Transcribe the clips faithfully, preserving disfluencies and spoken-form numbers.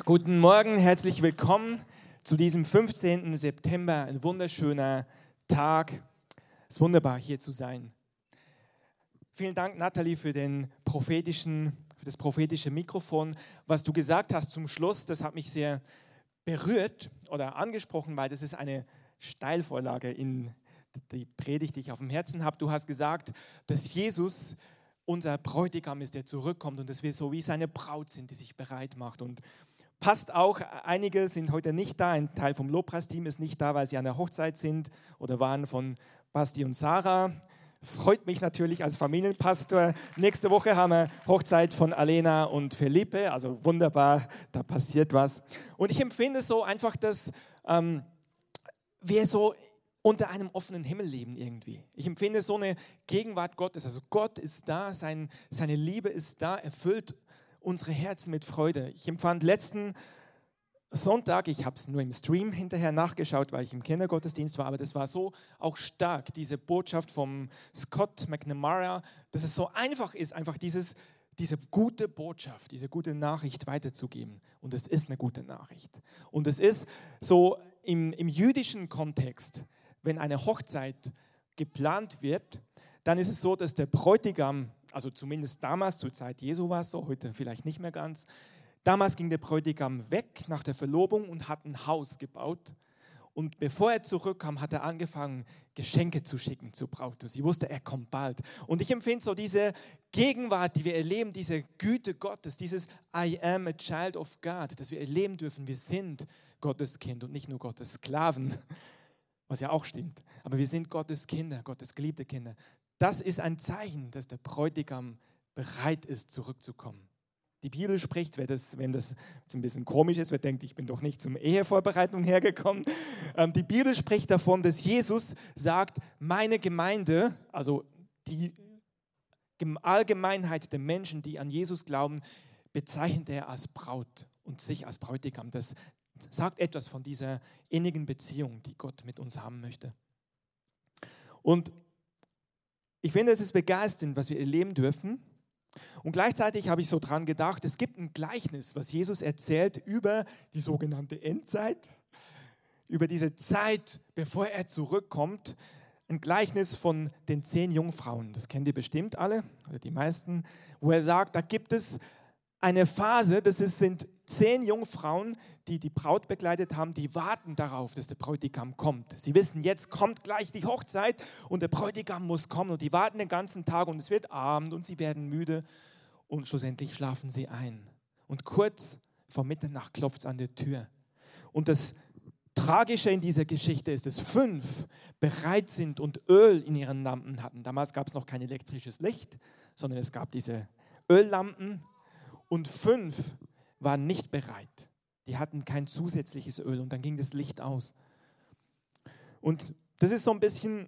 Guten Morgen, herzlich willkommen zu diesem fünfzehnten September. Ein wunderschöner Tag. Es ist wunderbar, hier zu sein. Vielen Dank, Nathalie, für, den prophetischen, für das prophetische Mikrofon. Was du gesagt hast zum Schluss, das hat mich sehr berührt oder angesprochen, weil das ist eine Steilvorlage in die Predigt, die ich auf dem Herzen habe. Du hast gesagt, dass Jesus unser Bräutigam ist, der zurückkommt und dass wir so wie seine Braut sind, die sich bereit macht. Und passt auch, einige sind heute nicht da, ein Teil vom Lobpreisteam ist nicht da, weil sie an der Hochzeit sind oder waren von Basti und Sarah. Freut mich natürlich als Familienpastor. Nächste Woche haben wir Hochzeit von Alena und Felipe, also wunderbar, da passiert was. Und ich empfinde so einfach, dass ähm, wir so unter einem offenen Himmel leben irgendwie. Ich empfinde so eine Gegenwart Gottes, also Gott ist da, sein, seine Liebe ist da, erfüllt unsere Herzen mit Freude. Ich empfand letzten Sonntag, ich habe es nur im Stream hinterher nachgeschaut, weil ich im Kindergottesdienst war, aber das war so auch stark, diese Botschaft vom Scott McNamara, dass es so einfach ist, einfach dieses, diese gute Botschaft, diese gute Nachricht weiterzugeben. Und es ist eine gute Nachricht. Und es ist so im, im jüdischen Kontext, wenn eine Hochzeit geplant wird, dann ist es so, dass der Bräutigam, also zumindest damals, zur Zeit Jesu war es so, heute vielleicht nicht mehr ganz, damals ging der Bräutigam weg nach der Verlobung und hat ein Haus gebaut. Und bevor er zurückkam, hat er angefangen, Geschenke zu schicken zur Braut. Sie wusste, er kommt bald. Und ich empfinde so diese Gegenwart, die wir erleben, diese Güte Gottes, dieses I am a child of God, dass wir erleben dürfen, wir sind Gottes Kind und nicht nur Gottes Sklaven, was ja auch stimmt. Aber wir sind Gottes Kinder, Gottes geliebte Kinder. Das ist ein Zeichen, dass der Bräutigam bereit ist, zurückzukommen. Die Bibel spricht, wer das, wenn das jetzt ein bisschen komisch ist, wer denkt, ich bin doch nicht zum Ehevorbereitung hergekommen. Ähm, die Bibel spricht davon, dass Jesus sagt, meine Gemeinde, also die Allgemeinheit der Menschen, die an Jesus glauben, bezeichnet er als Braut und sich als Bräutigam. Das sagt etwas von dieser innigen Beziehung, die Gott mit uns haben möchte. Und ich finde, es ist begeisternd, was wir erleben dürfen. Und gleichzeitig habe ich so dran gedacht, es gibt ein Gleichnis, was Jesus erzählt über die sogenannte Endzeit, über diese Zeit, bevor er zurückkommt. Ein Gleichnis von den zehn Jungfrauen, das kennt ihr bestimmt alle, oder die meisten, wo er sagt, da gibt es eine Phase, das ist, sind zehn Jungfrauen, die die Braut begleitet haben, die warten darauf, dass der Bräutigam kommt. Sie wissen, jetzt kommt gleich die Hochzeit und der Bräutigam muss kommen und die warten den ganzen Tag und es wird Abend und sie werden müde und schlussendlich schlafen sie ein. Und kurz vor Mitternacht klopft es an der Tür. Und das Tragische in dieser Geschichte ist, dass fünf bereit sind und Öl in ihren Lampen hatten. Damals gab es noch kein elektrisches Licht, sondern es gab diese Öllampen. Und fünf waren nicht bereit. Die hatten kein zusätzliches Öl und dann ging das Licht aus. Und das ist so ein bisschen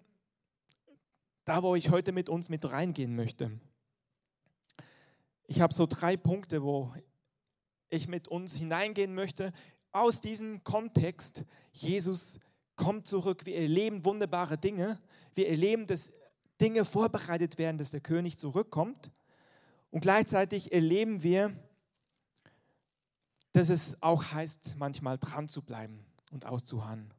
da, wo ich heute mit uns mit reingehen möchte. Ich habe so drei Punkte, wo ich mit uns hineingehen möchte. Aus diesem Kontext, Jesus kommt zurück, wir erleben wunderbare Dinge. Wir erleben, dass Dinge vorbereitet werden, dass der König zurückkommt. Und gleichzeitig erleben wir, dass es auch heißt, manchmal dran zu bleiben und auszuharren.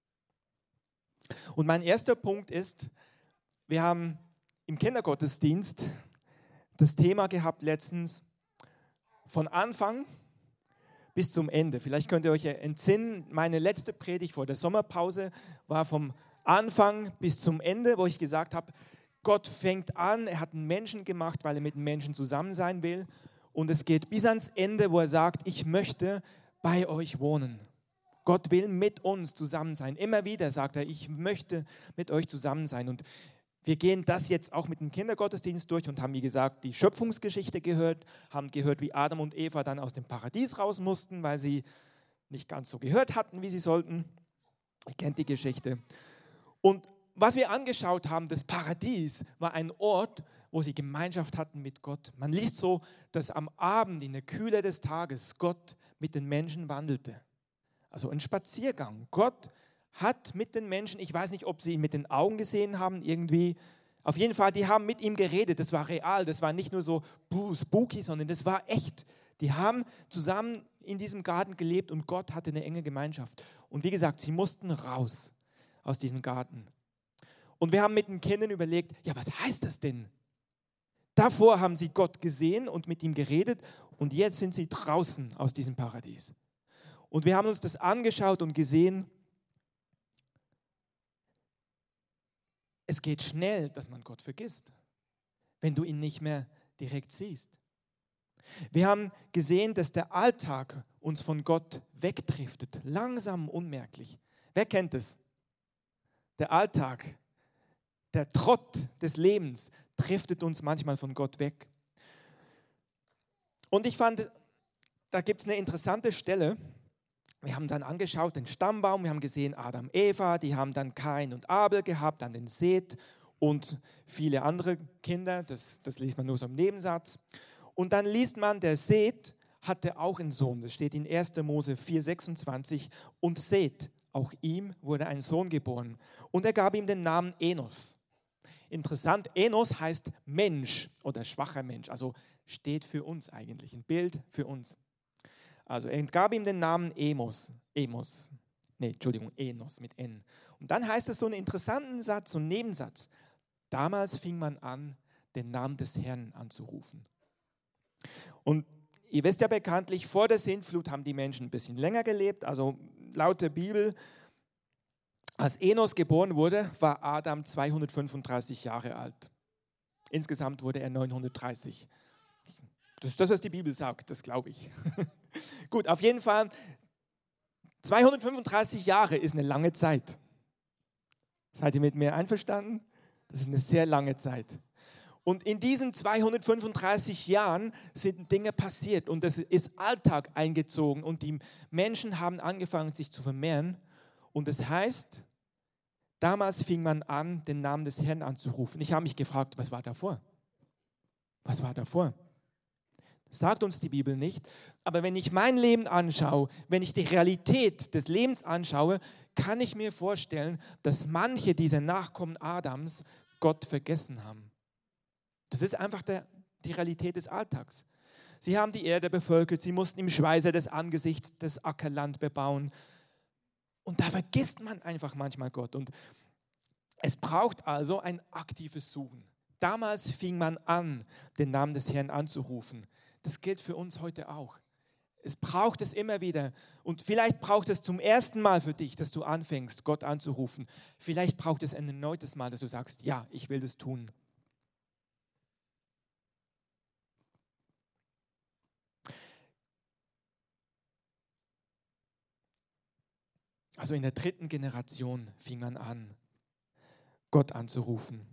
Und mein erster Punkt ist, wir haben im Kindergottesdienst das Thema gehabt letztens, von Anfang bis zum Ende. Vielleicht könnt ihr euch entsinnen, meine letzte Predigt vor der Sommerpause war vom Anfang bis zum Ende, wo ich gesagt habe, Gott fängt an, er hat einen Menschen gemacht, weil er mit einem Menschen zusammen sein will. Und es geht bis ans Ende, wo er sagt, ich möchte bei euch wohnen. Gott will mit uns zusammen sein. Immer wieder sagt er, ich möchte mit euch zusammen sein. Und wir gehen das jetzt auch mit dem Kindergottesdienst durch und haben, wie gesagt, die Schöpfungsgeschichte gehört, haben gehört, wie Adam und Eva dann aus dem Paradies raus mussten, weil sie nicht ganz so gehört hatten, wie sie sollten. Ihr kennt die Geschichte. Und was wir angeschaut haben, das Paradies war ein Ort, wo sie Gemeinschaft hatten mit Gott. Man liest so, dass am Abend in der Kühle des Tages Gott mit den Menschen wandelte. Also ein Spaziergang. Gott hat mit den Menschen, ich weiß nicht, ob sie ihn mit den Augen gesehen haben, irgendwie, auf jeden Fall, die haben mit ihm geredet. Das war real, das war nicht nur so spooky, sondern das war echt. Die haben zusammen in diesem Garten gelebt und Gott hatte eine enge Gemeinschaft. Und wie gesagt, sie mussten raus aus diesem Garten. Und wir haben mit den Kindern überlegt, ja, was heißt das denn? Davor haben sie Gott gesehen und mit ihm geredet und jetzt sind sie draußen aus diesem Paradies. Und wir haben uns das angeschaut und gesehen, es geht schnell, dass man Gott vergisst, wenn du ihn nicht mehr direkt siehst. Wir haben gesehen, dass der Alltag uns von Gott wegdriftet, langsam, unmerklich. Wer kennt es? Der Alltag, der Trott des Lebens driftet uns manchmal von Gott weg. Und ich fand, da gibt es eine interessante Stelle. Wir haben dann angeschaut den Stammbaum, wir haben gesehen Adam, Eva, die haben dann Kain und Abel gehabt, dann den Seth und viele andere Kinder, das, das liest man nur so im Nebensatz. Und dann liest man, der Seth hatte auch einen Sohn, das steht in erster Mose vier sechsundzwanzig, und Seth, auch ihm wurde ein Sohn geboren und er gab ihm den Namen Enos. Interessant, Enos heißt Mensch oder schwacher Mensch, also steht für uns eigentlich, ein Bild für uns. Also er gab ihm den Namen Emos, Emos, nee, Entschuldigung, Enos mit N. Und dann heißt es so einen interessanten Satz, so einen Nebensatz. Damals fing man an, den Namen des Herrn anzurufen. Und ihr wisst ja bekanntlich, vor der Sintflut haben die Menschen ein bisschen länger gelebt, also laut der Bibel, als Enos geboren wurde, war Adam zweihundertfünfunddreißig Jahre alt. Insgesamt wurde er neunhundertdreißig. Das ist das, was die Bibel sagt, das glaube ich. Gut, auf jeden Fall, zweihundertfünfunddreißig Jahre ist eine lange Zeit. Seid ihr mit mir einverstanden? Das ist eine sehr lange Zeit. Und in diesen zweihundertfünfunddreißig Jahren sind Dinge passiert und es ist Alltag eingezogen und die Menschen haben angefangen, sich zu vermehren. Und das heißt, damals fing man an, den Namen des Herrn anzurufen. Ich habe mich gefragt, was war davor? Was war davor? Das sagt uns die Bibel nicht. Aber wenn ich mein Leben anschaue, wenn ich die Realität des Lebens anschaue, kann ich mir vorstellen, dass manche dieser Nachkommen Adams Gott vergessen haben. Das ist einfach der, die Realität des Alltags. Sie haben die Erde bevölkert, sie mussten im Schweiße des Angesichts das Ackerland bebauen. Und da vergisst man einfach manchmal Gott. Und es braucht also ein aktives Suchen. Damals fing man an, den Namen des Herrn anzurufen. Das gilt für uns heute auch. Es braucht es immer wieder. Und vielleicht braucht es zum ersten Mal für dich, dass du anfängst, Gott anzurufen. Vielleicht braucht es ein erneutes Mal, dass du sagst, ja, ich will das tun. Also in der dritten Generation fing man an, Gott anzurufen.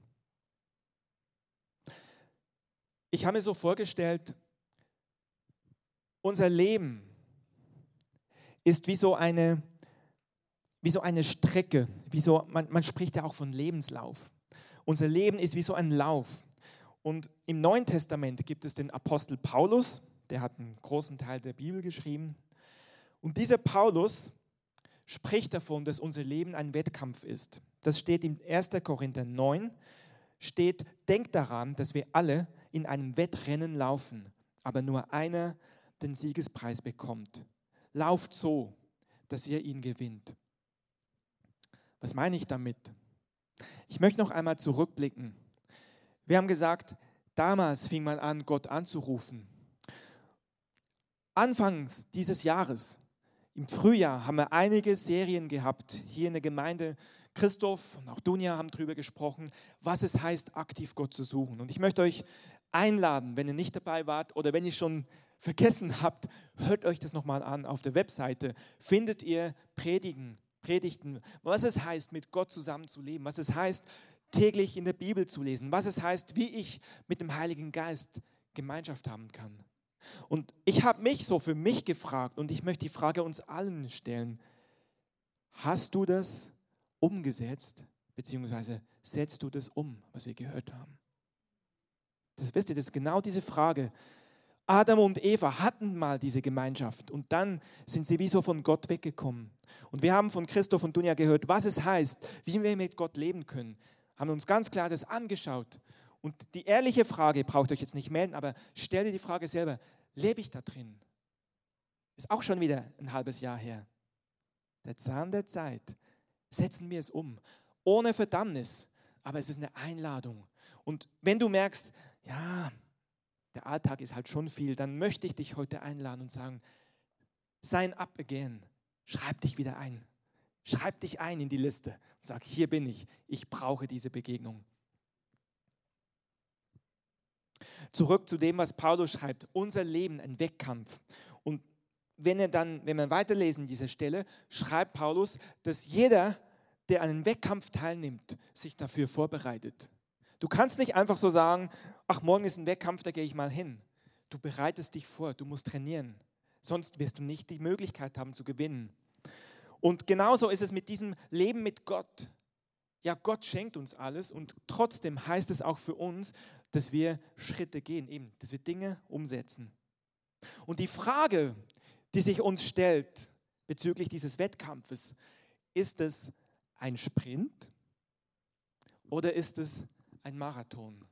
Ich habe mir so vorgestellt, unser Leben ist wie so eine, wie so eine Strecke, wie so, man, man spricht ja auch von Lebenslauf. Unser Leben ist wie so ein Lauf. Und im Neuen Testament gibt es den Apostel Paulus, der hat einen großen Teil der Bibel geschrieben. Und dieser Paulus spricht davon, dass unser Leben ein Wettkampf ist. Das steht in erster Korinther neun, steht, denkt daran, dass wir alle in einem Wettrennen laufen, aber nur einer den Siegespreis bekommt. Lauft so, dass ihr ihn gewinnt. Was meine ich damit? Ich möchte noch einmal zurückblicken. Wir haben gesagt, damals fing man an, Gott anzurufen. Anfangs dieses Jahres, im Frühjahr, haben wir einige Serien gehabt, hier in der Gemeinde. Christoph und auch Dunja haben darüber gesprochen, was es heißt, aktiv Gott zu suchen. Und ich möchte euch einladen, wenn ihr nicht dabei wart oder wenn ihr schon vergessen habt, hört euch das nochmal an. Auf der Webseite findet ihr Predigen, Predigten, was es heißt, mit Gott zusammen zu leben, was es heißt, täglich in der Bibel zu lesen, was es heißt, wie ich mit dem Heiligen Geist Gemeinschaft haben kann. Und ich habe mich so für mich gefragt und ich möchte die Frage uns allen stellen, hast du das umgesetzt, beziehungsweise setzt du das um, was wir gehört haben? Das wisst ihr, das ist genau diese Frage. Adam und Eva hatten mal diese Gemeinschaft und dann sind sie wie so von Gott weggekommen. Und wir haben von Christoph und Dunja gehört, was es heißt, wie wir mit Gott leben können. Haben uns ganz klar das angeschaut. Und die ehrliche Frage, braucht euch jetzt nicht melden, aber stell dir die Frage selber, lebe ich da drin? Ist auch schon wieder ein halbes Jahr her. Der Zahn der Zeit. Setzen wir es um. Ohne Verdammnis. Aber es ist eine Einladung. Und wenn du merkst, ja, der Alltag ist halt schon viel, dann möchte ich dich heute einladen und sagen, sign up again. Schreib dich wieder ein. Schreib dich ein in die Liste und sag, hier bin ich. Ich brauche diese Begegnung. Zurück zu dem, was Paulus schreibt. Unser Leben, ein Wettkampf. Und wenn er dann, wenn wir weiterlesen diese Stelle, schreibt Paulus, dass jeder, der an einem Wettkampf teilnimmt, sich dafür vorbereitet. Du kannst nicht einfach so sagen, ach, morgen ist ein Wettkampf, da gehe ich mal hin. Du bereitest dich vor, du musst trainieren. Sonst wirst du nicht die Möglichkeit haben zu gewinnen. Und genauso ist es mit diesem Leben mit Gott. Ja, Gott schenkt uns alles und trotzdem heißt es auch für uns, dass wir Schritte gehen, eben, dass wir Dinge umsetzen. Und die Frage, die sich uns stellt bezüglich dieses Wettkampfes, ist es ein Sprint oder ist es ein Marathon?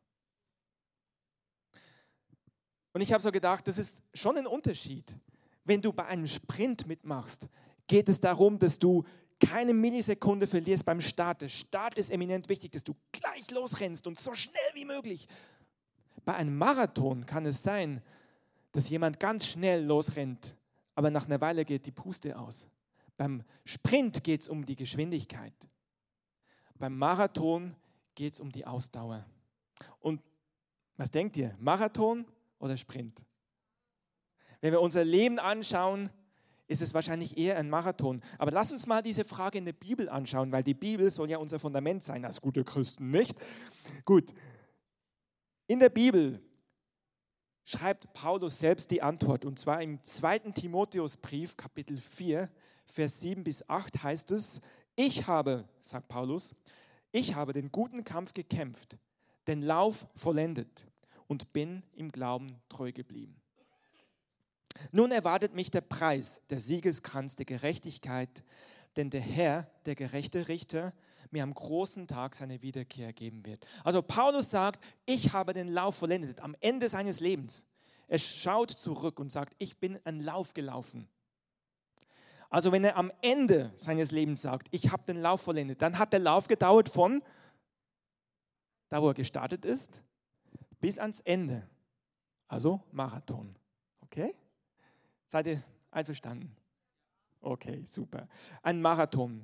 Und ich habe so gedacht, das ist schon ein Unterschied. Wenn du bei einem Sprint mitmachst, geht es darum, dass du keine Millisekunde verlierst beim Start. Der Start ist eminent wichtig, dass du gleich losrennst und so schnell wie möglich. Bei einem Marathon kann es sein, dass jemand ganz schnell losrennt, aber nach einer Weile geht die Puste aus. Beim Sprint geht es um die Geschwindigkeit. Beim Marathon geht es um die Ausdauer. Und was denkt ihr? Marathon oder Sprint? Wenn wir unser Leben anschauen, ist es wahrscheinlich eher ein Marathon. Aber lass uns mal diese Frage in der Bibel anschauen, weil die Bibel soll ja unser Fundament sein, als gute Christen, nicht? Gut. In der Bibel schreibt Paulus selbst die Antwort. Und zwar im zweiten Timotheusbrief, Kapitel vier, Vers sieben bis acht heißt es, ich habe, sagt Paulus, ich habe den guten Kampf gekämpft, den Lauf vollendet und bin im Glauben treu geblieben. Nun erwartet mich der Preis, der Siegeskranz der Gerechtigkeit, denn der Herr, der gerechte Richter, mir am großen Tag seine Wiederkehr geben wird. Also Paulus sagt, ich habe den Lauf vollendet, am Ende seines Lebens. Er schaut zurück und sagt, ich bin einen Lauf gelaufen. Also wenn er am Ende seines Lebens sagt, ich habe den Lauf vollendet, dann hat der Lauf gedauert von da, wo er gestartet ist, bis ans Ende. Also Marathon. Okay? Seid ihr einverstanden? Okay, super. Ein Marathon.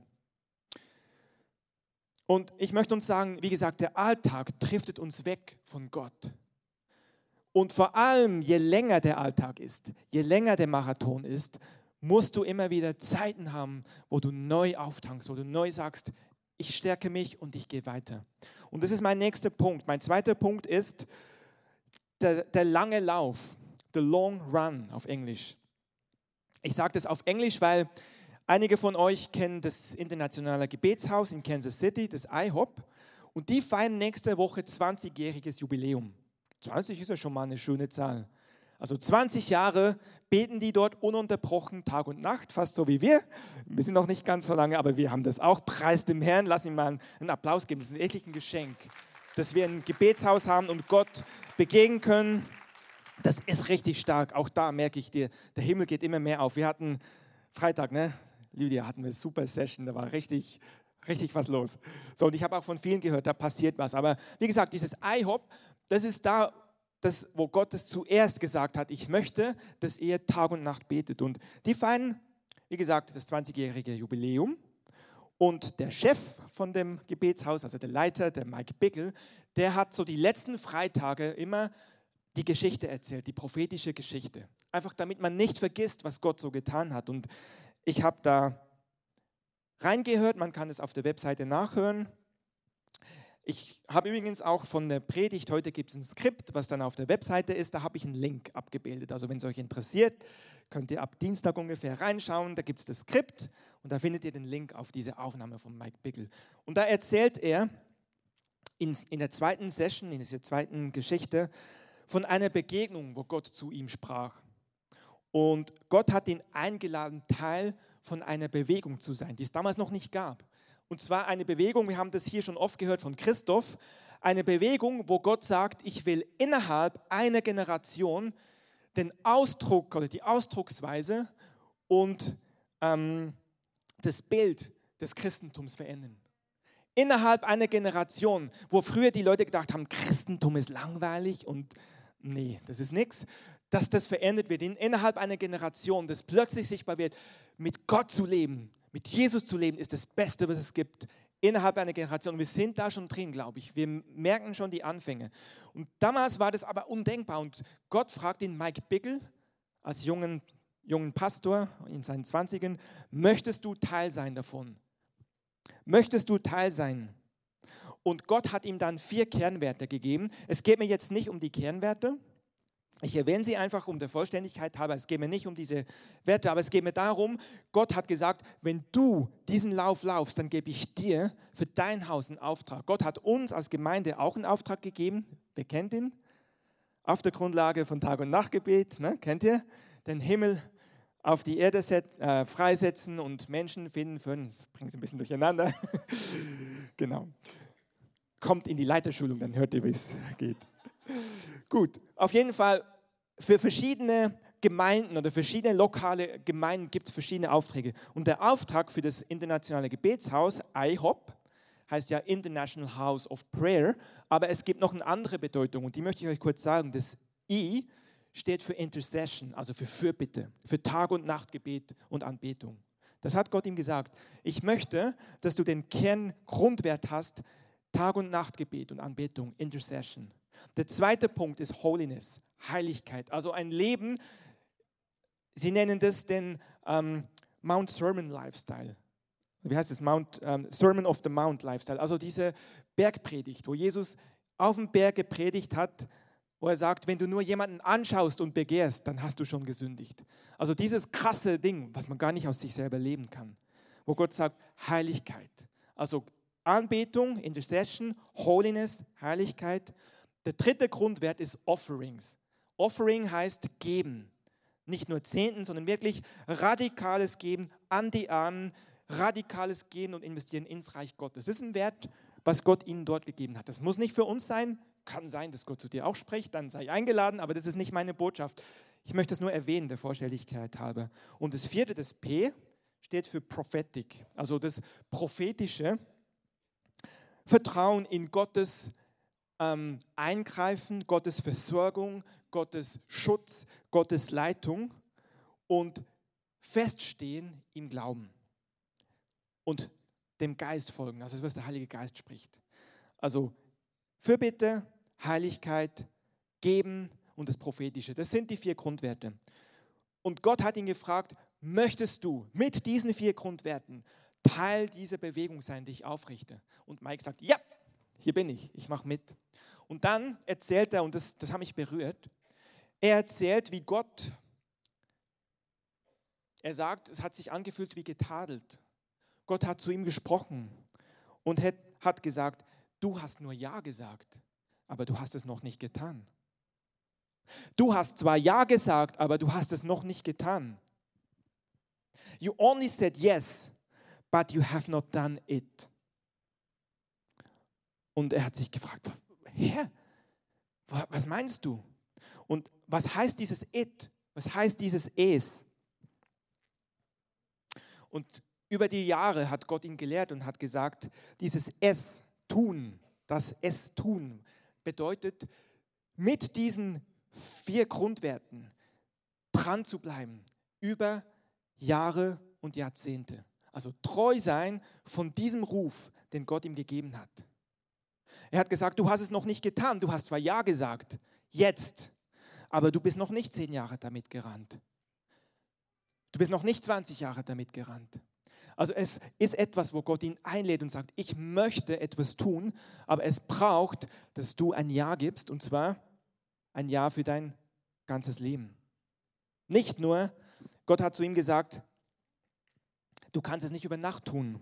Und ich möchte uns sagen, wie gesagt, der Alltag driftet uns weg von Gott. Und vor allem, je länger der Alltag ist, je länger der Marathon ist, musst du immer wieder Zeiten haben, wo du neu auftankst, wo du neu sagst, ich stärke mich und ich gehe weiter. Und das ist mein nächster Punkt. Mein zweiter Punkt ist der, der lange Lauf, the long run auf Englisch. Ich sage das auf Englisch, weil einige von euch kennen das internationale Gebetshaus in Kansas City, das I HOP, und die feiern nächste Woche zwanzigjähriges Jubiläum. zwanzig ist ja schon mal eine schöne Zahl. Also zwanzig Jahre beten die dort ununterbrochen Tag und Nacht, fast so wie wir. Wir sind noch nicht ganz so lange, aber wir haben das auch. Preis dem Herrn, lass ihm mal einen Applaus geben. Das ist wirklich ein Geschenk, dass wir ein Gebetshaus haben und Gott begegnen können. Das ist richtig stark. Auch da merke ich dir, der Himmel geht immer mehr auf. Wir hatten Freitag, ne? Lydia, hatten wir eine super Session, da war richtig, richtig was los. So, und ich habe auch von vielen gehört, da passiert was. Aber wie gesagt, dieses I HOP, das ist da, das, wo Gott es zuerst gesagt hat, ich möchte, dass ihr Tag und Nacht betet. Und die feiern, wie gesagt, das zwanzigjährige Jubiläum. Und der Chef von dem Gebetshaus, also der Leiter, der Mike Bickle, der hat so die letzten Freitage immer die Geschichte erzählt, die prophetische Geschichte. Einfach damit man nicht vergisst, was Gott so getan hat. Und ich habe da reingehört, man kann es auf der Webseite nachhören. Ich habe übrigens auch von der Predigt, heute gibt es ein Skript, was dann auf der Webseite ist, da habe ich einen Link abgebildet. Also wenn es euch interessiert, könnt ihr ab Dienstag ungefähr reinschauen, da gibt es das Skript und da findet ihr den Link auf diese Aufnahme von Mike Bickle. Und da erzählt er in, in der zweiten Session, in dieser zweiten Geschichte, von einer Begegnung, wo Gott zu ihm sprach. Und Gott hat ihn eingeladen, Teil von einer Bewegung zu sein, die es damals noch nicht gab. Und zwar eine Bewegung, wir haben das hier schon oft gehört von Christoph, eine Bewegung, wo Gott sagt, ich will innerhalb einer Generation den Ausdruck oder die Ausdrucksweise und ähm, das Bild des Christentums verändern. Innerhalb einer Generation, wo früher die Leute gedacht haben, Christentum ist langweilig und nee, das ist nichts, dass das verändert wird. In, innerhalb einer Generation, dass plötzlich sichtbar wird, mit Gott zu leben, mit Jesus zu leben, ist das Beste, was es gibt. Innerhalb einer Generation. Und wir sind da schon drin, glaube ich. Wir merken schon die Anfänge. Und damals war das aber undenkbar. Und Gott fragt ihn, Mike Bickle, als jungen, jungen Pastor in seinen Zwanzigern, möchtest du Teil sein davon? Möchtest du Teil sein? Und Gott hat ihm dann vier Kernwerte gegeben. Es geht mir jetzt nicht um die Kernwerte. Ich erwähne sie einfach um der Vollständigkeit halber. Es geht mir nicht um diese Werte, aber es geht mir darum, Gott hat gesagt, wenn du diesen Lauf laufst, dann gebe ich dir für dein Haus einen Auftrag. Gott hat uns als Gemeinde auch einen Auftrag gegeben. Wer kennt ihn? Auf der Grundlage von Tag- und Nachtgebet, ne? Kennt ihr? Den Himmel auf die Erde set, äh, freisetzen und Menschen finden für uns. Das bringt es ein bisschen durcheinander. Genau. Kommt in die Leiterschulung, dann hört ihr, wie es geht. Gut, auf jeden Fall für verschiedene Gemeinden oder verschiedene lokale Gemeinden gibt es verschiedene Aufträge. Und der Auftrag für das internationale Gebetshaus, I H O P, heißt ja International House of Prayer, aber es gibt noch eine andere Bedeutung und die möchte ich euch kurz sagen. Das I steht für Intercession, also für Fürbitte, für Tag- und Nachtgebet und Anbetung. Das hat Gott ihm gesagt. Ich möchte, dass du den Kerngrundwert hast, Tag- und Nachtgebet und Anbetung, Intercession. Der zweite Punkt ist Holiness, Heiligkeit, also ein Leben, sie nennen das den ähm, Mount Sermon Lifestyle. Wie heißt es? Mount, ähm, Sermon of the Mount Lifestyle, also diese Bergpredigt, wo Jesus auf dem Berg gepredigt hat, wo er sagt, wenn du nur jemanden anschaust und begehrst, dann hast du schon gesündigt. Also dieses krasse Ding, was man gar nicht aus sich selber leben kann, wo Gott sagt, Heiligkeit, also Anbetung, Intercession, Holiness, Heiligkeit. Der dritte Grundwert ist Offerings. Offering heißt geben. Nicht nur Zehnten, sondern wirklich radikales Geben an die Armen, radikales Geben und investieren ins Reich Gottes. Das ist ein Wert, was Gott ihnen dort gegeben hat. Das muss nicht für uns sein. Kann sein, dass Gott zu dir auch spricht, dann sei eingeladen, aber das ist nicht meine Botschaft. Ich möchte es nur erwähnen, der Vollständigkeit halber. Und das vierte, das P, steht für Prophetic, also das Prophetische. Vertrauen in Gottes ähm, Eingreifen, Gottes Versorgung, Gottes Schutz, Gottes Leitung und feststehen im Glauben und dem Geist folgen, also das, was der Heilige Geist spricht. Also Fürbitte, Heiligkeit, Geben und das Prophetische. Das sind die vier Grundwerte. Und Gott hat ihn gefragt, möchtest du mit diesen vier Grundwerten Teil dieser Bewegung sein, die ich aufrichte? Und Mike sagt, ja, hier bin ich, ich mache mit. Und dann erzählt er, und das, das hat mich berührt, er erzählt, wie Gott, er sagt, es hat sich angefühlt wie getadelt. Gott hat zu ihm gesprochen und hat gesagt, du hast nur Ja gesagt, aber du hast es noch nicht getan. Du hast zwar Ja gesagt, aber du hast es noch nicht getan. You only said yes, but you have not done it. Und er hat sich gefragt, Herr, was meinst du? Und was heißt dieses it? Was heißt dieses es? Und über die Jahre hat Gott ihn gelehrt und hat gesagt, dieses es, tun, das es tun, bedeutet, mit diesen vier Grundwerten dran zu bleiben, über Jahre und Jahrzehnte. Also treu sein von diesem Ruf, den Gott ihm gegeben hat. Er hat gesagt, du hast es noch nicht getan, du hast zwar Ja gesagt, jetzt, aber du bist noch nicht zehn Jahre damit gerannt. Du bist noch nicht zwanzig Jahre damit gerannt. Also es ist etwas, wo Gott ihn einlädt und sagt, ich möchte etwas tun, aber es braucht, dass du ein Ja gibst, und zwar ein Ja für dein ganzes Leben. Nicht nur, Gott hat zu ihm gesagt, du kannst es nicht über Nacht tun.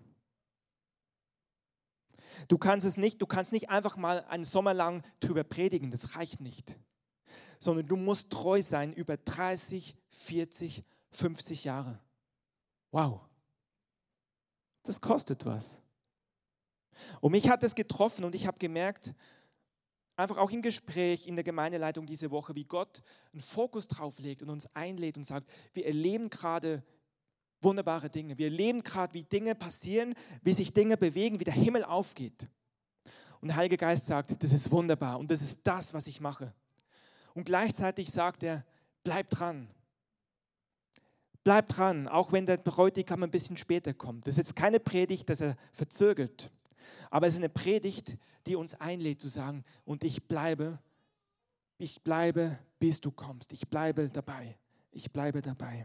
Du kannst es nicht, du kannst nicht einfach mal einen Sommer lang drüber predigen, das reicht nicht. Sondern du musst treu sein über dreißig, vierzig, fünfzig Jahre. Wow. Das kostet was. Und mich hat es getroffen und ich habe gemerkt, einfach auch im Gespräch in der Gemeindeleitung diese Woche, wie Gott einen Fokus drauf legt und uns einlädt und sagt, wir erleben gerade Wunderbare Dinge. Wir erleben gerade, wie Dinge passieren, wie sich Dinge bewegen, wie der Himmel aufgeht. Und der Heilige Geist sagt, das ist wunderbar und das ist das, was ich mache. Und gleichzeitig sagt er, bleib dran. Bleib dran, auch wenn der Bräutigam ein bisschen später kommt. Das ist jetzt keine Predigt, dass er verzögert. Aber es ist eine Predigt, die uns einlädt zu sagen, und ich bleibe, ich bleibe, bis du kommst. Ich bleibe dabei. Ich bleibe dabei.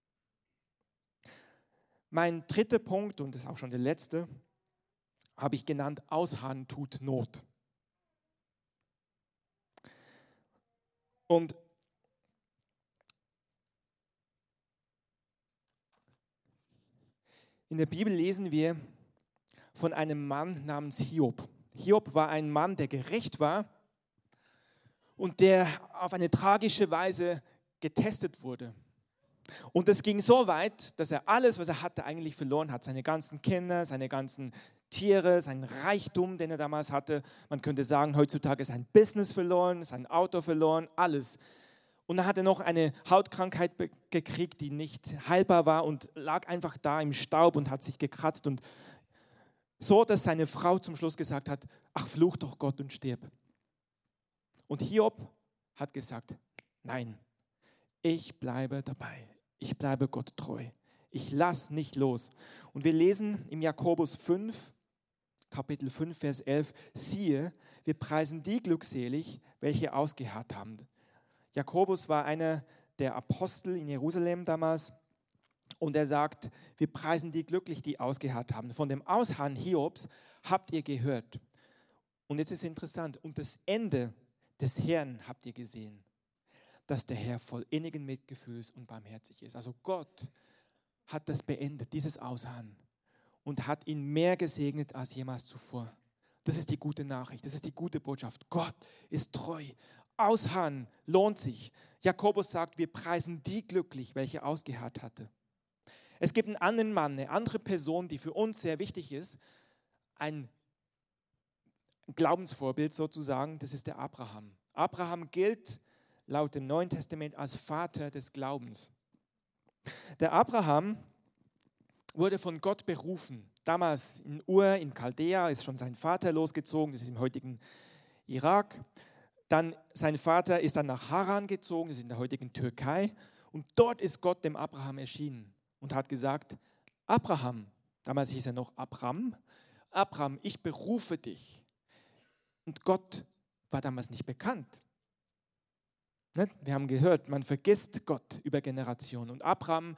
Mein dritter Punkt, und das ist auch schon der letzte, habe ich genannt, Ausharren tut Not. Und in der Bibel lesen wir von einem Mann namens Hiob. Hiob war ein Mann, der gerecht war und der auf eine tragische Weise getestet wurde. Und es ging so weit, dass er alles, was er hatte, eigentlich verloren hat. Seine ganzen Kinder, seine ganzen Tiere, seinen Reichtum, den er damals hatte. Man könnte sagen, heutzutage sein Business verloren, sein Auto verloren, alles. Und dann hat er noch eine Hautkrankheit gekriegt, die nicht heilbar war und lag einfach da im Staub und hat sich gekratzt. Und so, dass seine Frau zum Schluss gesagt hat, ach, fluch doch Gott und stirb. Und Hiob hat gesagt, nein, ich bleibe dabei. Ich bleibe Gott treu. Ich lasse nicht los. Und wir lesen im Jakobus fünf, Kapitel fünf, Vers elf, siehe, wir preisen die glückselig, welche ausgeharrt haben. Jakobus war einer der Apostel in Jerusalem damals und er sagt, wir preisen die glücklich, die ausgeharrt haben. Von dem Ausharren Hiobs habt ihr gehört. Und jetzt ist interessant, und das Ende des Herrn habt ihr gesehen, dass der Herr voll innigen Mitgefühls und barmherzig ist. Also Gott hat das beendet, dieses Ausharren, und hat ihn mehr gesegnet als jemals zuvor. Das ist die gute Nachricht, das ist die gute Botschaft. Gott ist treu. Ausharren lohnt sich. Jakobus sagt, wir preisen die glücklich, welche ausgeharrt hatte. Es gibt einen anderen Mann, eine andere Person, die für uns sehr wichtig ist, ein Glaubensvorbild sozusagen, das ist der Abraham. Abraham gilt laut dem Neuen Testament als Vater des Glaubens. Der Abraham wurde von Gott berufen. Damals in Ur, in Chaldea, ist schon sein Vater losgezogen, das ist im heutigen Irak. Dann sein Vater ist dann nach Haran gezogen, das ist in der heutigen Türkei. Und dort ist Gott dem Abraham erschienen und hat gesagt, Abraham, damals hieß er noch Abram, Abraham, ich berufe dich. Und Gott war damals nicht bekannt. Wir haben gehört, man vergisst Gott über Generationen. Und Abraham,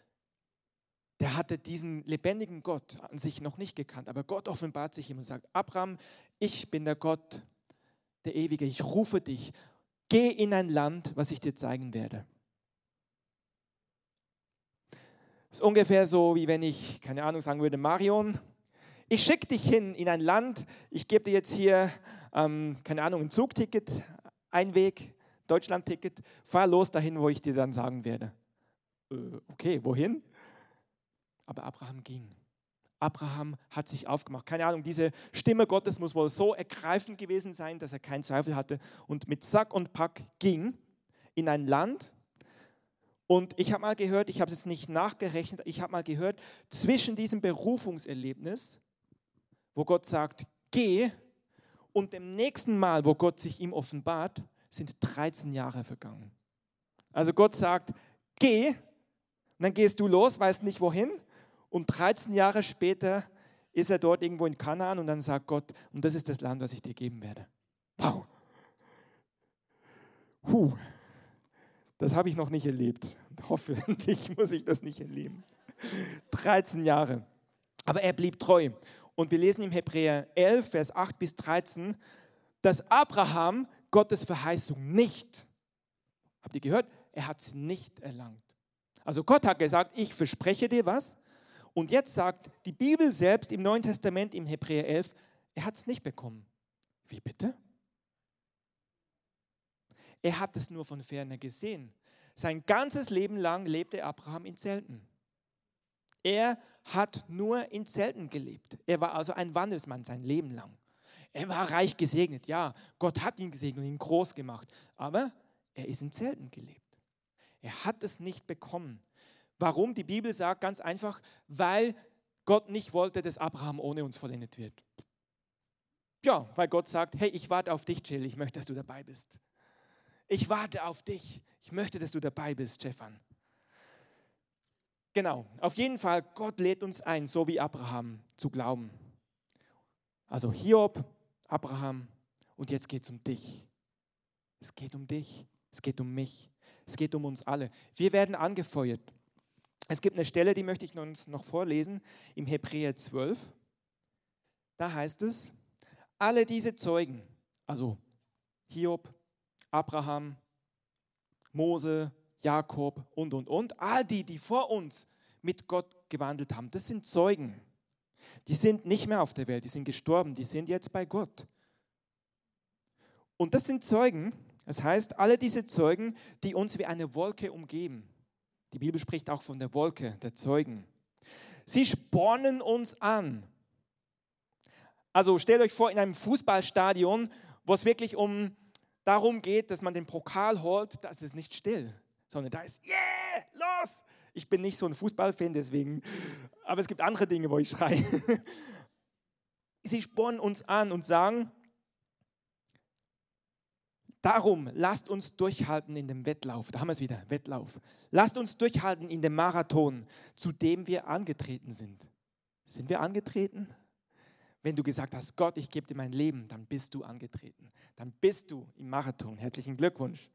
der hatte diesen lebendigen Gott an sich noch nicht gekannt. Aber Gott offenbart sich ihm und sagt, Abraham, ich bin der Gott, der Ewige, ich rufe dich, geh in ein Land, was ich dir zeigen werde. Das ist ungefähr so, wie wenn ich, keine Ahnung, sagen würde, Marion, ich schicke dich hin in ein Land, ich gebe dir jetzt hier, ähm, keine Ahnung, ein Zugticket, Einweg, Deutschlandticket, fahr los dahin, wo ich dir dann sagen werde. Äh, okay, wohin? Aber Abraham ging. Abraham hat sich aufgemacht. Keine Ahnung, diese Stimme Gottes muss wohl so ergreifend gewesen sein, dass er keinen Zweifel hatte und mit Sack und Pack ging in ein Land. Und ich habe mal gehört, ich habe es jetzt nicht nachgerechnet, ich habe mal gehört, zwischen diesem Berufungserlebnis, wo Gott sagt, geh, und dem nächsten Mal, wo Gott sich ihm offenbart, sind dreizehn Jahre vergangen. Also Gott sagt, geh, und dann gehst du los, weißt nicht wohin, und dreizehn Jahre später ist er dort irgendwo in Kanaan und dann sagt Gott, und das ist das Land, was ich dir geben werde. Wow. Puh. Das habe ich noch nicht erlebt. Hoffentlich muss ich das nicht erleben. dreizehn Jahre. Aber er blieb treu. Und wir lesen im Hebräer elf, Vers acht bis dreizehn, dass Abraham Gottes Verheißung nicht, habt ihr gehört? Er hat sie nicht erlangt. Also Gott hat gesagt, ich verspreche dir was. Und jetzt sagt die Bibel selbst im Neuen Testament, im Hebräer elf, er hat es nicht bekommen. Wie bitte? Er hat es nur von ferne gesehen. Sein ganzes Leben lang lebte Abraham in Zelten. Er hat nur in Zelten gelebt. Er war also ein Wandelsmann sein Leben lang. Er war reich gesegnet, ja, Gott hat ihn gesegnet und ihn groß gemacht. Aber er ist in Zelten gelebt. Er hat es nicht bekommen. Warum? Die Bibel sagt ganz einfach, weil Gott nicht wollte, dass Abraham ohne uns vollendet wird. Ja, weil Gott sagt, hey, ich warte auf dich, Jill, ich möchte, dass du dabei bist. Ich warte auf dich, ich möchte, dass du dabei bist, Stefan. Genau, auf jeden Fall, Gott lädt uns ein, so wie Abraham, zu glauben. Also Hiob, Abraham und jetzt geht es um dich. Es geht um dich, es geht um mich, es geht um uns alle. Wir werden angefeuert. Es gibt eine Stelle, die möchte ich uns noch vorlesen, im Hebräer zwölf. Da heißt es, alle diese Zeugen, also Hiob, Abraham, Mose, Jakob und, und, und, all die, die vor uns mit Gott gewandelt haben, das sind Zeugen. Die sind nicht mehr auf der Welt, die sind gestorben, die sind jetzt bei Gott. Und das sind Zeugen, das heißt, alle diese Zeugen, die uns wie eine Wolke umgeben. Die Bibel spricht auch von der Wolke der Zeugen. Sie spornen uns an. Also stellt euch vor, in einem Fußballstadion, wo es wirklich um darum geht, dass man den Pokal holt, da ist es nicht still, sondern da ist, yeah, los! Ich bin nicht so ein Fußballfan, deswegen, aber es gibt andere Dinge, wo ich schreie. Sie spornen uns an und sagen, darum, lasst uns durchhalten in dem Wettlauf. Da haben wir es wieder, Wettlauf. Lasst uns durchhalten in dem Marathon, zu dem wir angetreten sind. Sind wir angetreten? Wenn du gesagt hast, Gott, ich gebe dir mein Leben, dann bist du angetreten. Dann bist du im Marathon. Herzlichen Glückwunsch.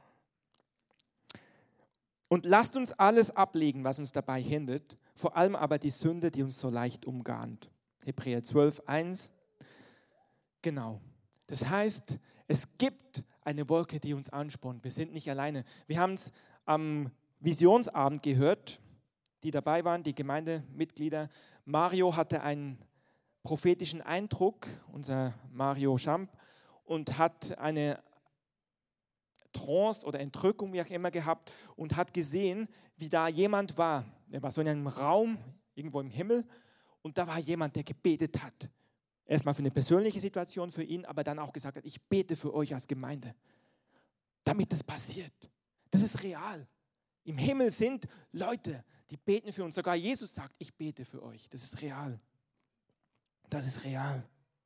Und lasst uns alles ablegen, was uns dabei hindert, vor allem aber die Sünde, die uns so leicht umgarnt. Hebräer zwölf, eins. Genau. Das heißt, es gibt eine Wolke, die uns anspornt. Wir sind nicht alleine. Wir haben es am Visionsabend gehört, die dabei waren, die Gemeindemitglieder. Mario hatte einen prophetischen Eindruck, unser Mario Schamp, und hat eine Trance oder Entrückung, wie auch immer, gehabt und hat gesehen, wie da jemand war. Er war so in einem Raum, irgendwo im Himmel, und da war jemand, der gebetet hat. Erstmal für eine persönliche Situation für ihn, aber dann auch gesagt hat, ich bete für euch als Gemeinde, damit das passiert. Das ist real. Im Himmel sind Leute, die beten für uns. Sogar Jesus sagt, ich bete für euch. Das ist real. Das ist real.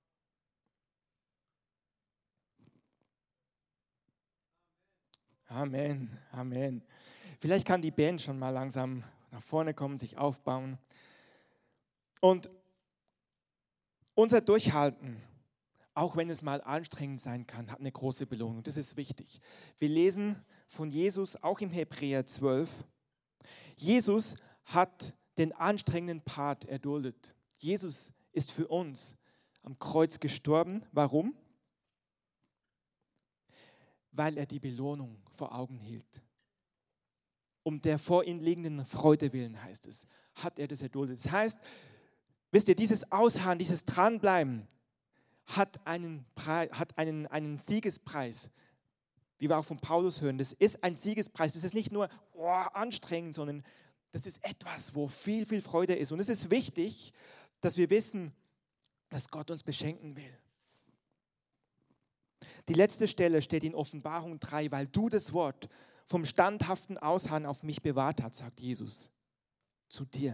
Amen, Amen. Vielleicht kann die Band schon mal langsam nach vorne kommen, sich aufbauen. Und unser Durchhalten, auch wenn es mal anstrengend sein kann, hat eine große Belohnung. Das ist wichtig. Wir lesen von Jesus auch im Hebräer zwölf. Jesus hat den anstrengenden Part erduldet. Jesus ist für uns am Kreuz gestorben. Warum? Weil er die Belohnung vor Augen hielt. Um der vor ihm liegenden Freude willen, heißt es, hat er das erduldet. Das heißt, wisst ihr, dieses Ausharren, dieses Dranbleiben hat einen, Preis, hat einen, einen Siegespreis, wie wir auch von Paulus hören. Das ist ein Siegespreis. Das ist nicht nur oh, anstrengend, sondern das ist etwas, wo viel, viel Freude ist. Und es ist wichtig, dass wir wissen, dass Gott uns beschenken will. Die letzte Stelle steht in Offenbarung drei, weil du das Wort vom standhaften Ausharren auf mich bewahrt hast, sagt Jesus zu dir.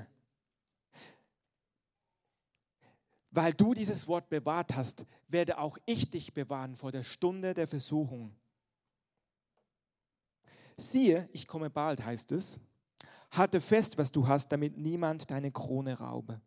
Weil du dieses Wort bewahrt hast, werde auch ich dich bewahren vor der Stunde der Versuchung. Siehe, ich komme bald, heißt es. Halte fest, was du hast, damit niemand deine Krone raube.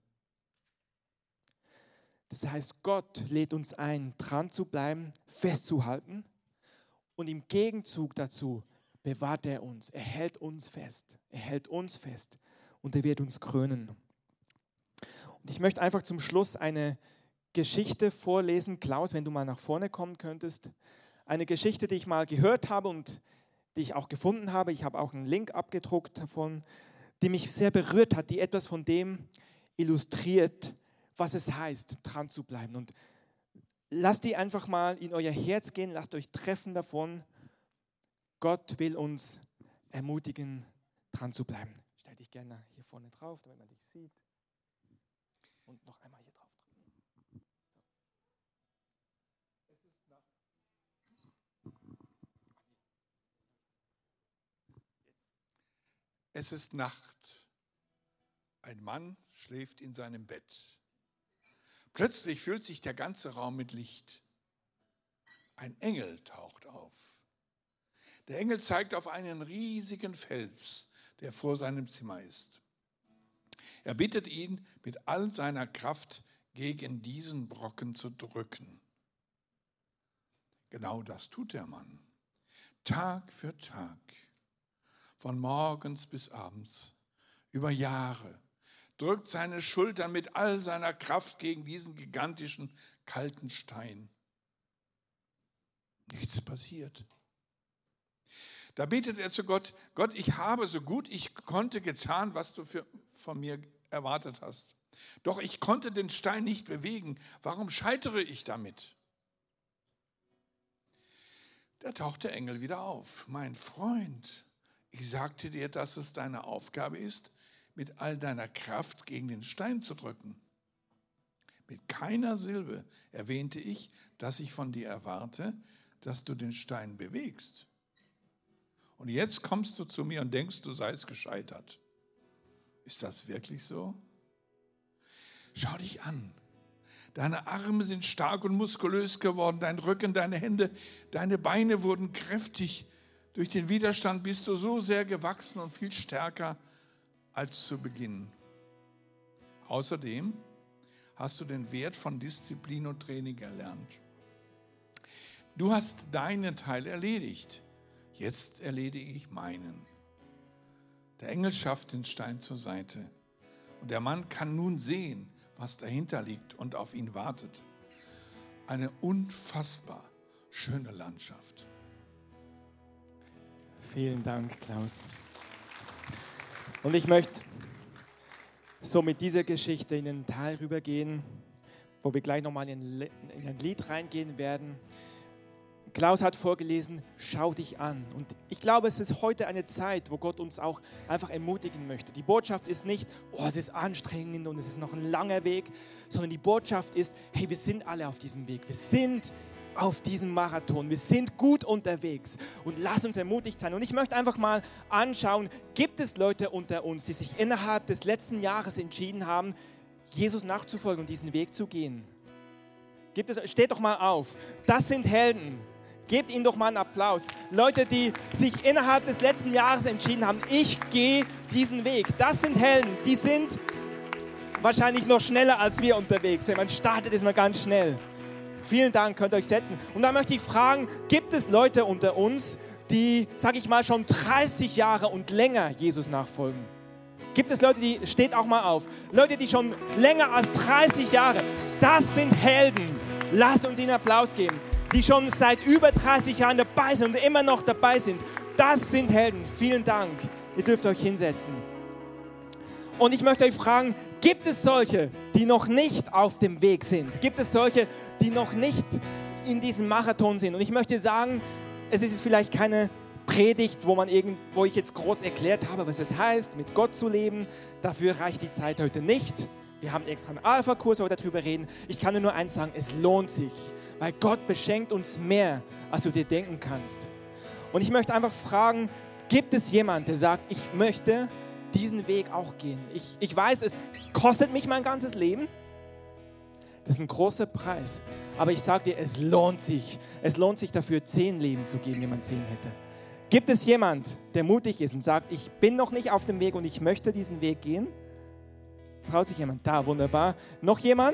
Das heißt, Gott lädt uns ein, dran zu bleiben, festzuhalten, und im Gegenzug dazu bewahrt er uns. Er hält uns fest. Er hält uns fest und er wird uns krönen. Und ich möchte einfach zum Schluss eine Geschichte vorlesen. Klaus, wenn du mal nach vorne kommen könntest. Eine Geschichte, die ich mal gehört habe und die ich auch gefunden habe. Ich habe auch einen Link abgedruckt davon, die mich sehr berührt hat, die etwas von dem illustriert, was es heißt, dran zu bleiben. Und lasst die einfach mal in euer Herz gehen, lasst euch treffen davon. Gott will uns ermutigen, dran zu bleiben. Stell dich gerne hier vorne drauf, damit man dich sieht. Und noch einmal hier drauf drücken. Es ist Nacht. Ein Mann schläft in seinem Bett. Plötzlich füllt sich der ganze Raum mit Licht. Ein Engel taucht auf. Der Engel zeigt auf einen riesigen Fels, der vor seinem Zimmer ist. Er bittet ihn, mit all seiner Kraft gegen diesen Brocken zu drücken. Genau das tut der Mann. Tag für Tag, von morgens bis abends, über Jahre, drückt seine Schultern mit all seiner Kraft gegen diesen gigantischen, kalten Stein. Nichts passiert. Da betet er zu Gott: Gott, ich habe so gut ich konnte getan, was du für, von mir erwartet hast. Doch ich konnte den Stein nicht bewegen. Warum scheitere ich damit? Da taucht der Engel wieder auf. Mein Freund, ich sagte dir, dass es deine Aufgabe ist, mit all deiner Kraft gegen den Stein zu drücken. Mit keiner Silbe erwähnte ich, dass ich von dir erwarte, dass du den Stein bewegst. Und jetzt kommst du zu mir und denkst, du seist gescheitert. Ist das wirklich so? Schau dich an. Deine Arme sind stark und muskulös geworden, dein Rücken, deine Hände, deine Beine wurden kräftig. Durch den Widerstand bist du so sehr gewachsen und viel stärker als zu Beginn. Außerdem hast du den Wert von Disziplin und Training erlernt. Du hast deinen Teil erledigt. Jetzt erledige ich meinen. Der Engel schafft den Stein zur Seite. Und der Mann kann nun sehen, was dahinter liegt und auf ihn wartet. Eine unfassbar schöne Landschaft. Vielen Dank, Klaus. Und ich möchte so mit dieser Geschichte in den Teil rübergehen, wo wir gleich nochmal in ein Lied reingehen werden. Klaus hat vorgelesen, schau dich an. Und ich glaube, es ist heute eine Zeit, wo Gott uns auch einfach ermutigen möchte. Die Botschaft ist nicht, oh, es ist anstrengend und es ist noch ein langer Weg, sondern die Botschaft ist, hey, wir sind alle auf diesem Weg. Wir sind auf diesem Marathon. Wir sind gut unterwegs und lass uns ermutigt sein. Und ich möchte einfach mal anschauen, gibt es Leute unter uns, die sich innerhalb des letzten Jahres entschieden haben, Jesus nachzufolgen und diesen Weg zu gehen? Gibt es, steht doch mal auf. Das sind Helden. Gebt ihnen doch mal einen Applaus. Leute, die sich innerhalb des letzten Jahres entschieden haben, ich gehe diesen Weg. Das sind Helden. Die sind wahrscheinlich noch schneller als wir unterwegs. Wenn man startet, ist man ganz schnell. Vielen Dank, könnt ihr euch setzen. Und dann möchte ich fragen, gibt es Leute unter uns, die, sage ich mal, schon dreißig Jahre und länger Jesus nachfolgen? Gibt es Leute, die, steht auch mal auf, Leute, die schon länger als dreißig Jahre, das sind Helden. Lasst uns ihnen Applaus geben. Die schon seit über dreißig Jahren dabei sind und immer noch dabei sind. Das sind Helden. Vielen Dank. Ihr dürft euch hinsetzen. Und ich möchte euch fragen, gibt es solche, die noch nicht auf dem Weg sind? Gibt es solche, die noch nicht in diesem Marathon sind? Und ich möchte sagen, es ist vielleicht keine Predigt, wo, man irgend, wo ich jetzt groß erklärt habe, was es heißt, mit Gott zu leben. Dafür reicht die Zeit heute nicht. Wir haben extra einen Alpha-Kurs, wo wir darüber reden. Ich kann dir nur eins sagen, es lohnt sich, weil Gott beschenkt uns mehr, als du dir denken kannst. Und ich möchte einfach fragen, gibt es jemanden, der sagt, ich möchte diesen Weg auch gehen? Ich, ich weiß, es kostet mich mein ganzes Leben. Das ist ein großer Preis. Aber ich sage dir, es lohnt sich. Es lohnt sich dafür, zehn Leben zu geben, wenn man zehn hätte. Gibt es jemand, der mutig ist und sagt, ich bin noch nicht auf dem Weg und ich möchte diesen Weg gehen? Traut sich jemand? Da, wunderbar. Noch jemand?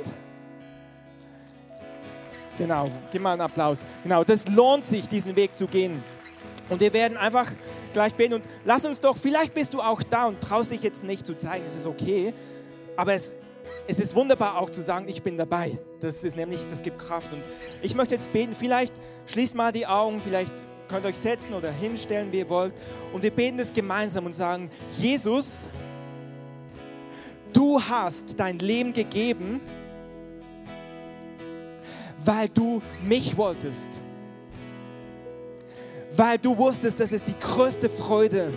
Genau, gib mal einen Applaus. Genau, das lohnt sich, diesen Weg zu gehen. Und wir werden einfach gleich beten. Und lass uns doch, vielleicht bist du auch da und traust dich jetzt nicht zu zeigen, das ist okay. Aber es, es ist wunderbar auch zu sagen, ich bin dabei. Das ist nämlich, das gibt Kraft. Und ich möchte jetzt beten, vielleicht schließt mal die Augen, vielleicht könnt ihr euch setzen oder hinstellen, wie ihr wollt. Und wir beten das gemeinsam und sagen, Jesus, du hast dein Leben gegeben, weil du mich wolltest. Weil du wusstest, das ist die größte Freude,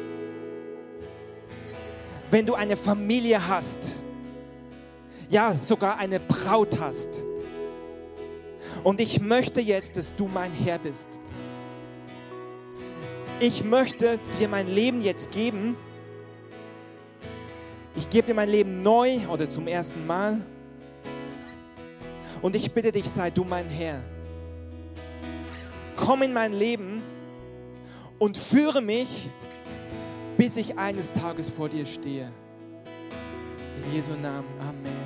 wenn du eine Familie hast. Ja, sogar eine Braut hast. Und ich möchte jetzt, dass du mein Herr bist. Ich möchte dir mein Leben jetzt geben Ich gebe dir mein Leben neu oder zum ersten Mal. Und ich bitte dich, sei du mein Herr. Komm in mein Leben und führe mich, bis ich eines Tages vor dir stehe. In Jesu Namen. Amen.